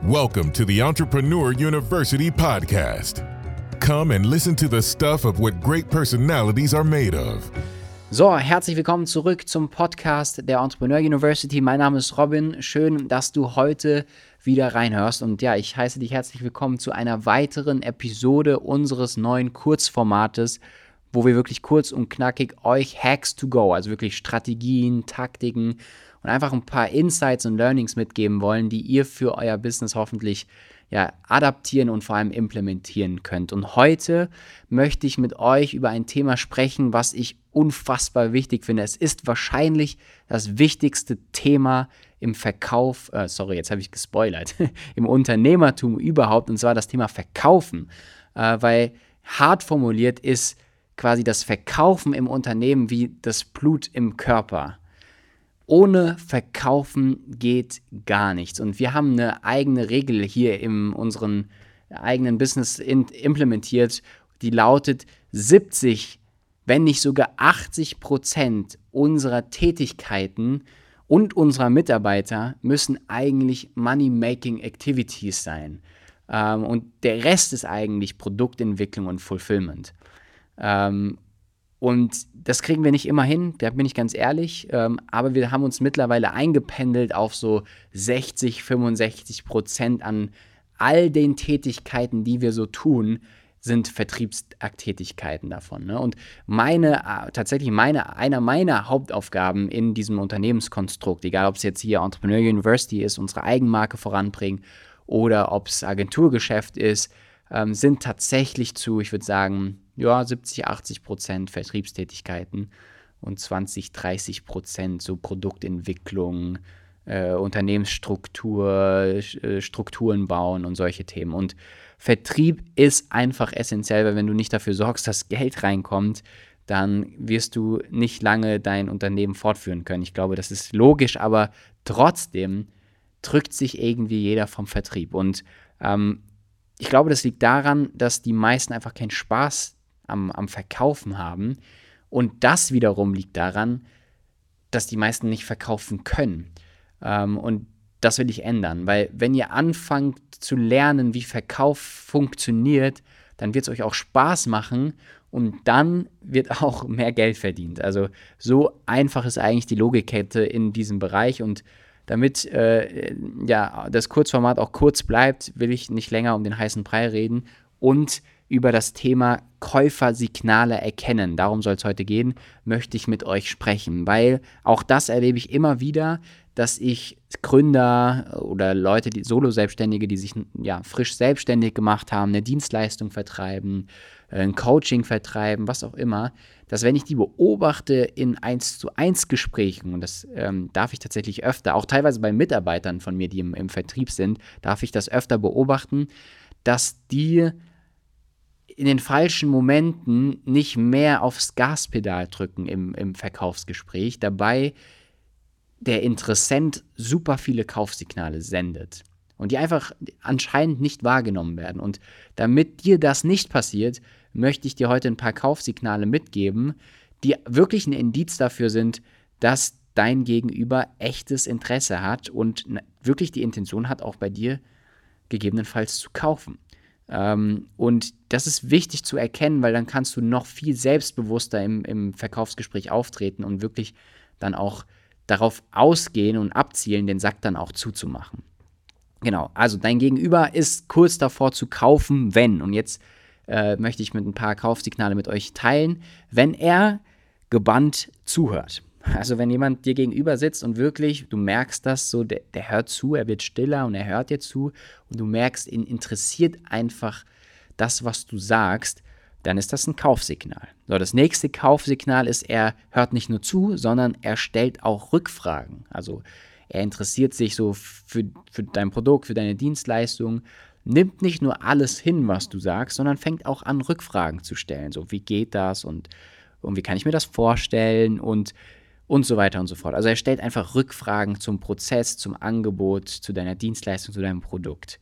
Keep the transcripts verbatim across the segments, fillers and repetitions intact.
Welcome to the Entrepreneur University podcast. Come and listen to the stuff of what great personalities are made of. So, herzlich willkommen zurück zum Podcast der Entrepreneur University. Mein Name ist Robin. Schön, dass du heute wieder reinhörst. Und ja, ich heiße dich herzlich willkommen zu einer weiteren Episode unseres neuen Kurzformates, wo wir wirklich kurz und knackig euch Hacks to go, also wirklich Strategien, Taktiken und einfach ein paar Insights und Learnings mitgeben wollen, die ihr für euer Business hoffentlich ja, adaptieren und vor allem implementieren könnt. Und heute möchte ich mit euch über ein Thema sprechen, was ich unfassbar wichtig finde. Es ist wahrscheinlich das wichtigste Thema im Verkauf, äh, sorry, jetzt habe ich gespoilert, im Unternehmertum überhaupt, und zwar das Thema Verkaufen. Äh, weil hart formuliert ist quasi das Verkaufen im Unternehmen wie das Blut im Körper. Ohne Verkaufen geht gar nichts. Und wir haben eine eigene Regel hier in unserem eigenen Business in, implementiert, die lautet: siebzig, wenn nicht sogar achtzig Prozent unserer Tätigkeiten und unserer Mitarbeiter müssen eigentlich Money-Making Activities sein. Ähm, und der Rest ist eigentlich Produktentwicklung und Fulfillment. Ähm, Und das kriegen wir nicht immer hin, da bin ich ganz ehrlich, ähm, aber wir haben uns mittlerweile eingependelt auf so sechzig, fünfundsechzig Prozent an all den Tätigkeiten, die wir so tun, sind Vertriebstätigkeiten davon. Ne? Und meine, äh, tatsächlich meine, einer meiner Hauptaufgaben in diesem Unternehmenskonstrukt, egal ob es jetzt hier Entrepreneur University ist, unsere Eigenmarke voranbringen oder ob es Agenturgeschäft ist, ähm, sind tatsächlich zu, ich würde sagen, ja, siebzig, achtzig Prozent Vertriebstätigkeiten und zwanzig, dreißig Prozent so Produktentwicklung, äh, Unternehmensstruktur, äh, Strukturen bauen und solche Themen. Und Vertrieb ist einfach essentiell, weil wenn du nicht dafür sorgst, dass Geld reinkommt, dann wirst du nicht lange dein Unternehmen fortführen können. Ich glaube, das ist logisch, aber trotzdem drückt sich irgendwie jeder vom Vertrieb. Und ähm, ich glaube, das liegt daran, dass die meisten einfach keinen Spaß am, am Verkaufen haben. Und das wiederum liegt daran, dass die meisten nicht verkaufen können. Ähm, und das will ich ändern, weil wenn ihr anfangt zu lernen, wie Verkauf funktioniert, dann wird es euch auch Spaß machen und dann wird auch mehr Geld verdient. Also so einfach ist eigentlich die Logikkette in diesem Bereich. Und damit äh, ja, das Kurzformat auch kurz bleibt, will ich nicht länger um den heißen Brei reden und über das Thema Käufersignale erkennen. Darum soll es heute gehen, möchte ich mit euch sprechen, weil auch das erlebe ich immer wieder, dass ich Gründer oder Leute, die Solo-Selbstständige, die sich ja, frisch selbstständig gemacht haben, eine Dienstleistung vertreiben, ein Coaching vertreiben, was auch immer, dass wenn ich die beobachte in eins zu eins Gesprächen, und das ähm, darf ich tatsächlich öfter, auch teilweise bei Mitarbeitern von mir, die im, im Vertrieb sind, darf ich das öfter beobachten, dass die in den falschen Momenten nicht mehr aufs Gaspedal drücken im, im Verkaufsgespräch, dabei der Interessent super viele Kaufsignale sendet und die einfach anscheinend nicht wahrgenommen werden. Und damit dir das nicht passiert, möchte ich dir heute ein paar Kaufsignale mitgeben, die wirklich ein Indiz dafür sind, dass dein Gegenüber echtes Interesse hat und wirklich die Intention hat, auch bei dir gegebenenfalls zu kaufen. Ähm, und das ist wichtig zu erkennen, weil dann kannst du noch viel selbstbewusster im, im Verkaufsgespräch auftreten und wirklich dann auch darauf ausgehen und abzielen, den Sack dann auch zuzumachen. Genau, also dein Gegenüber ist kurz davor zu kaufen, wenn, und jetzt äh, möchte ich mit ein paar Kaufsignale mit euch teilen, wenn er gebannt zuhört. Also wenn jemand dir gegenüber sitzt und wirklich, du merkst das so, der, der hört zu, er wird stiller und er hört dir zu und du merkst, ihn interessiert einfach das, was du sagst, dann ist das ein Kaufsignal. So, das nächste Kaufsignal ist, er hört nicht nur zu, sondern er stellt auch Rückfragen. Also er interessiert sich so für, für dein Produkt, für deine Dienstleistung, nimmt nicht nur alles hin, was du sagst, sondern fängt auch an, Rückfragen zu stellen. So, wie geht das und, und wie kann ich mir das vorstellen und und so weiter und so fort. Also er stellt einfach Rückfragen zum Prozess, zum Angebot, zu deiner Dienstleistung, zu deinem Produkt.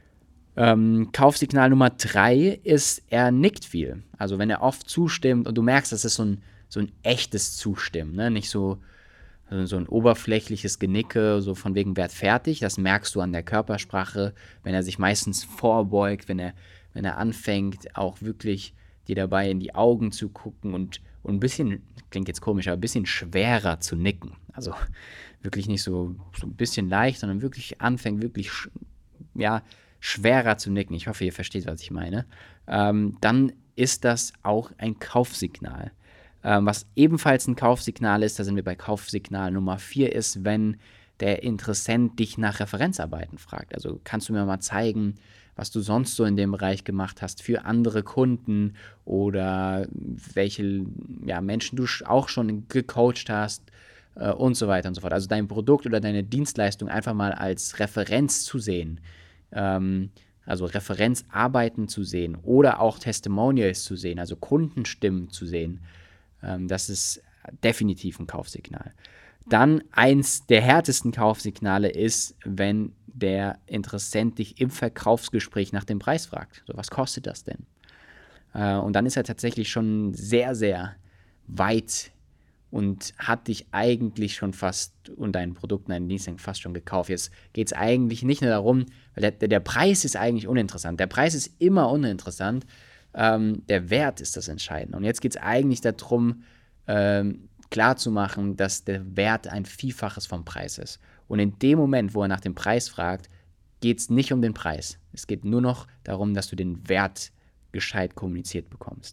Ähm, Kaufsignal Nummer drei ist, er nickt viel. Also wenn er oft zustimmt und du merkst, das ist so ein, so ein echtes Zustimmen, ne? Nicht so, Also so ein oberflächliches Genicke, so von wegen Wert fertig, das merkst du an der Körpersprache, wenn er sich meistens vorbeugt, wenn er, wenn er anfängt, auch wirklich dir dabei in die Augen zu gucken und, und ein bisschen, klingt jetzt komisch, aber ein bisschen schwerer zu nicken. Also wirklich nicht so, so ein bisschen leicht, sondern wirklich anfängt, wirklich ja, schwerer zu nicken. Ich hoffe, ihr versteht, was ich meine. Ähm, dann ist das auch ein Kaufsignal. Ähm, was ebenfalls ein Kaufsignal ist, da sind wir bei Kaufsignal Nummer vier, ist, wenn der Interessent dich nach Referenzarbeiten fragt. Also kannst du mir mal zeigen, was du sonst so in dem Bereich gemacht hast für andere Kunden oder welche ja, Menschen du auch schon gecoacht hast äh, und so weiter und so fort. Also dein Produkt oder deine Dienstleistung einfach mal als Referenz zu sehen. Ähm, also Referenzarbeiten zu sehen oder auch Testimonials zu sehen, also Kundenstimmen zu sehen. Das ist definitiv ein Kaufsignal. Dann eins der härtesten Kaufsignale ist, wenn der Interessent dich im Verkaufsgespräch nach dem Preis fragt. So, was kostet das denn? Und dann ist er tatsächlich schon sehr, sehr weit und hat dich eigentlich schon fast und dein Produkt und deinen Dienst fast schon gekauft. Jetzt geht es eigentlich nicht nur darum, weil der, der Preis ist eigentlich uninteressant. Der Preis ist immer uninteressant. Ähm, der Wert ist das Entscheidende. Und jetzt geht es eigentlich darum, ähm, klarzumachen, dass der Wert ein Vielfaches vom Preis ist. Und in dem Moment, wo er nach dem Preis fragt, geht es nicht um den Preis. Es geht nur noch darum, dass du den Wert gescheit kommuniziert bekommst.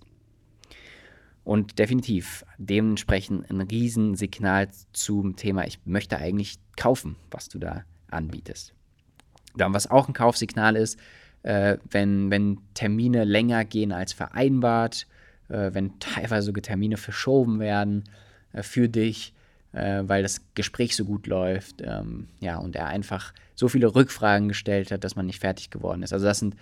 Und definitiv dementsprechend ein Riesensignal zum Thema, ich möchte eigentlich kaufen, was du da anbietest. Dann, was auch ein Kaufsignal ist, Äh, wenn, wenn Termine länger gehen als vereinbart, äh, wenn teilweise sogar Termine verschoben werden äh, für dich, äh, weil das Gespräch so gut läuft, ähm, ja, und er einfach so viele Rückfragen gestellt hat, dass man nicht fertig geworden ist. Also das sind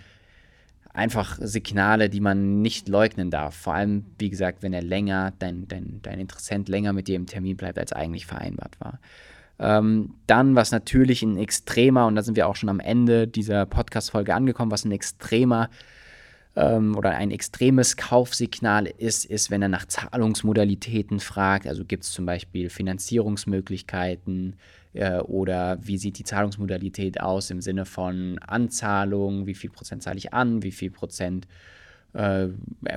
einfach Signale, die man nicht leugnen darf. Vor allem, wie gesagt, wenn er länger, dein, dein, dein Interessent länger mit dir im Termin bleibt, als eigentlich vereinbart war. Ähm, dann, was natürlich ein extremer, und da sind wir auch schon am Ende dieser Podcast-Folge angekommen, was ein extremer ähm, oder ein extremes Kaufsignal ist, ist, wenn er nach Zahlungsmodalitäten fragt. Also gibt es zum Beispiel Finanzierungsmöglichkeiten äh, oder wie sieht die Zahlungsmodalität aus im Sinne von Anzahlung, wie viel Prozent zahle ich an, wie viel Prozent äh,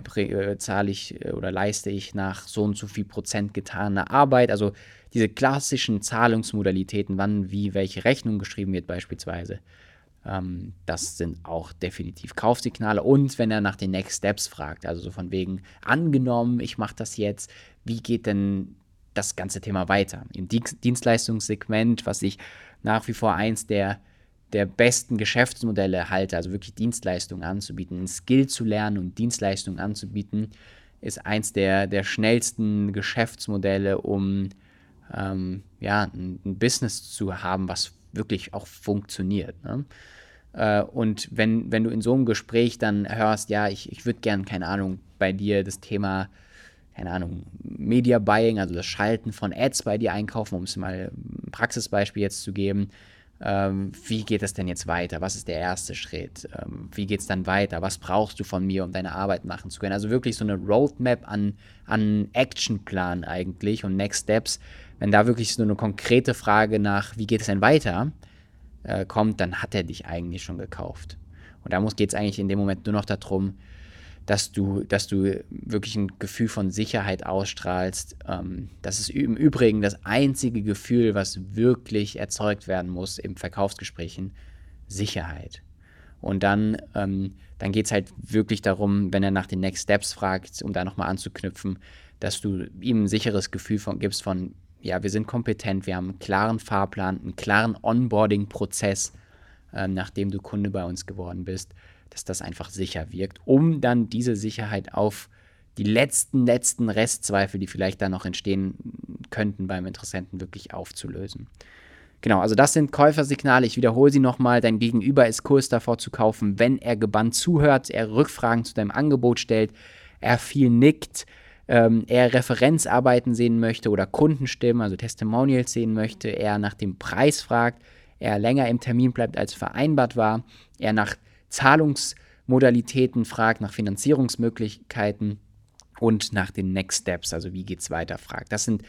zahle ich oder leiste ich nach so und so viel Prozent getaner Arbeit. Also diese klassischen Zahlungsmodalitäten, wann, wie, welche Rechnung geschrieben wird beispielsweise, ähm, das sind auch definitiv Kaufsignale. Und wenn er nach den Next Steps fragt, also so von wegen, angenommen, ich mache das jetzt, wie geht denn das ganze Thema weiter? Im Dienstleistungssegment, was ich nach wie vor eins der, der besten Geschäftsmodelle halte, also wirklich Dienstleistungen anzubieten, ein Skill zu lernen und Dienstleistungen anzubieten, ist eins der, der schnellsten Geschäftsmodelle, um Ähm, ja, ein, ein Business zu haben, was wirklich auch funktioniert. Ne? Äh, und wenn, wenn du in so einem Gespräch dann hörst, ja, ich, ich würde gern, keine Ahnung, bei dir das Thema, keine Ahnung, Media Buying, also das Schalten von Ads bei dir einkaufen, um es mal ein Praxisbeispiel jetzt zu geben. Ähm, wie geht es denn jetzt weiter? Was ist der erste Schritt? Ähm, wie geht es dann weiter? Was brauchst du von mir, um deine Arbeit machen zu können? Also wirklich so eine Roadmap an, an Actionplan eigentlich und Next Steps. Wenn da wirklich so eine konkrete Frage nach, wie geht es denn weiter, äh, kommt, dann hat er dich eigentlich schon gekauft. Und da geht es eigentlich in dem Moment nur noch darum, dass du, dass du wirklich ein Gefühl von Sicherheit ausstrahlst. Ähm, das ist im Übrigen das einzige Gefühl, was wirklich erzeugt werden muss im Verkaufsgesprächen, Sicherheit. Und dann, ähm, dann geht es halt wirklich darum, wenn er nach den Next Steps fragt, um da nochmal anzuknüpfen, dass du ihm ein sicheres Gefühl von, gibst von, ja, wir sind kompetent, wir haben einen klaren Fahrplan, einen klaren Onboarding-Prozess, äh, nachdem du Kunde bei uns geworden bist, dass das einfach sicher wirkt, um dann diese Sicherheit auf die letzten, letzten Restzweifel, die vielleicht da noch entstehen könnten beim Interessenten, wirklich aufzulösen. Genau, also das sind Käufersignale. Ich wiederhole sie nochmal. Dein Gegenüber ist kurz davor zu kaufen, wenn er gebannt zuhört, er Rückfragen zu deinem Angebot stellt, er viel nickt, ähm, er Referenzarbeiten sehen möchte oder Kundenstimmen, also Testimonials sehen möchte, er nach dem Preis fragt, er länger im Termin bleibt, als vereinbart war, er nach Zahlungsmodalitäten fragt, nach Finanzierungsmöglichkeiten und nach den Next Steps, also wie geht's weiter, fragt. Das sind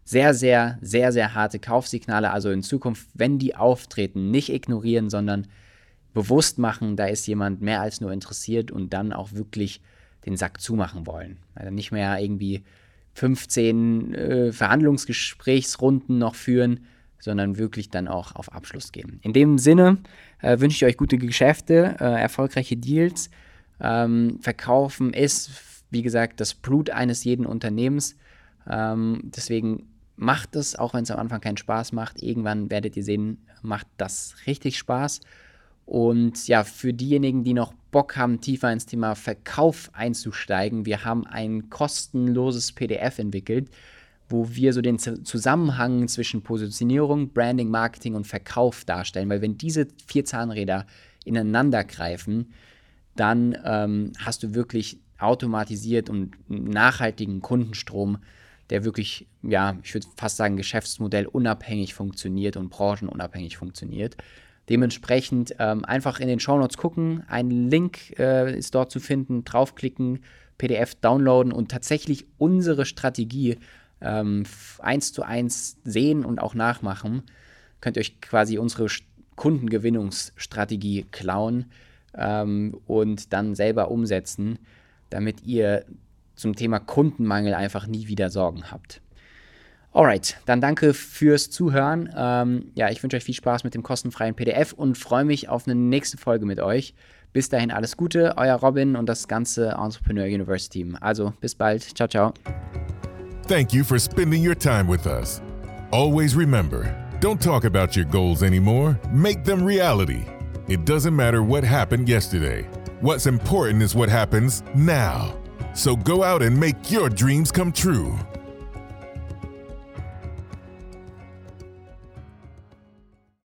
sehr, sehr, sehr, sehr harte Kaufsignale. Also in Zukunft, wenn die auftreten, nicht ignorieren, sondern bewusst machen, da ist jemand mehr als nur interessiert und dann auch wirklich den Sack zumachen wollen. Also nicht mehr irgendwie fünfzehn äh, Verhandlungsgesprächsrunden noch führen, sondern wirklich dann auch auf Abschluss gehen. In dem Sinne äh, wünsche ich euch gute Geschäfte, äh, erfolgreiche Deals. Ähm, Verkaufen ist, wie gesagt, das Blut eines jeden Unternehmens. Ähm, deswegen macht es, auch wenn es am Anfang keinen Spaß macht. Irgendwann werdet ihr sehen, macht das richtig Spaß. Und ja, für diejenigen, die noch Bock haben, tiefer ins Thema Verkauf einzusteigen, wir haben ein kostenloses P D F entwickelt, wo wir so den Zusammenhang zwischen Positionierung, Branding, Marketing und Verkauf darstellen. Weil wenn diese vier Zahnräder ineinander greifen, dann ähm, hast du wirklich automatisiert und nachhaltigen Kundenstrom, der wirklich, ja, ich würde fast sagen, Geschäftsmodell unabhängig funktioniert und branchenunabhängig funktioniert. Dementsprechend ähm, einfach in den Shownotes gucken, ein Link äh, ist dort zu finden, draufklicken, P D F downloaden und tatsächlich unsere Strategie ähm, eins zu eins sehen und auch nachmachen. Könnt ihr euch quasi unsere Kundengewinnungsstrategie klauen ähm, und dann selber umsetzen, damit ihr zum Thema Kundenmangel einfach nie wieder Sorgen habt. Alright, dann danke fürs Zuhören. Ähm, ja, ich wünsche euch viel Spaß mit dem kostenfreien P D F und freue mich auf eine nächste Folge mit euch. Bis dahin alles Gute, euer Robin und das ganze Entrepreneur Universe Team. Also, bis bald. Ciao, ciao. Thank you for spending your time with us. Always remember, don't talk about your goals anymore. Make them reality. It doesn't matter what happened yesterday. What's important is what happens now. So go out and make your dreams come true.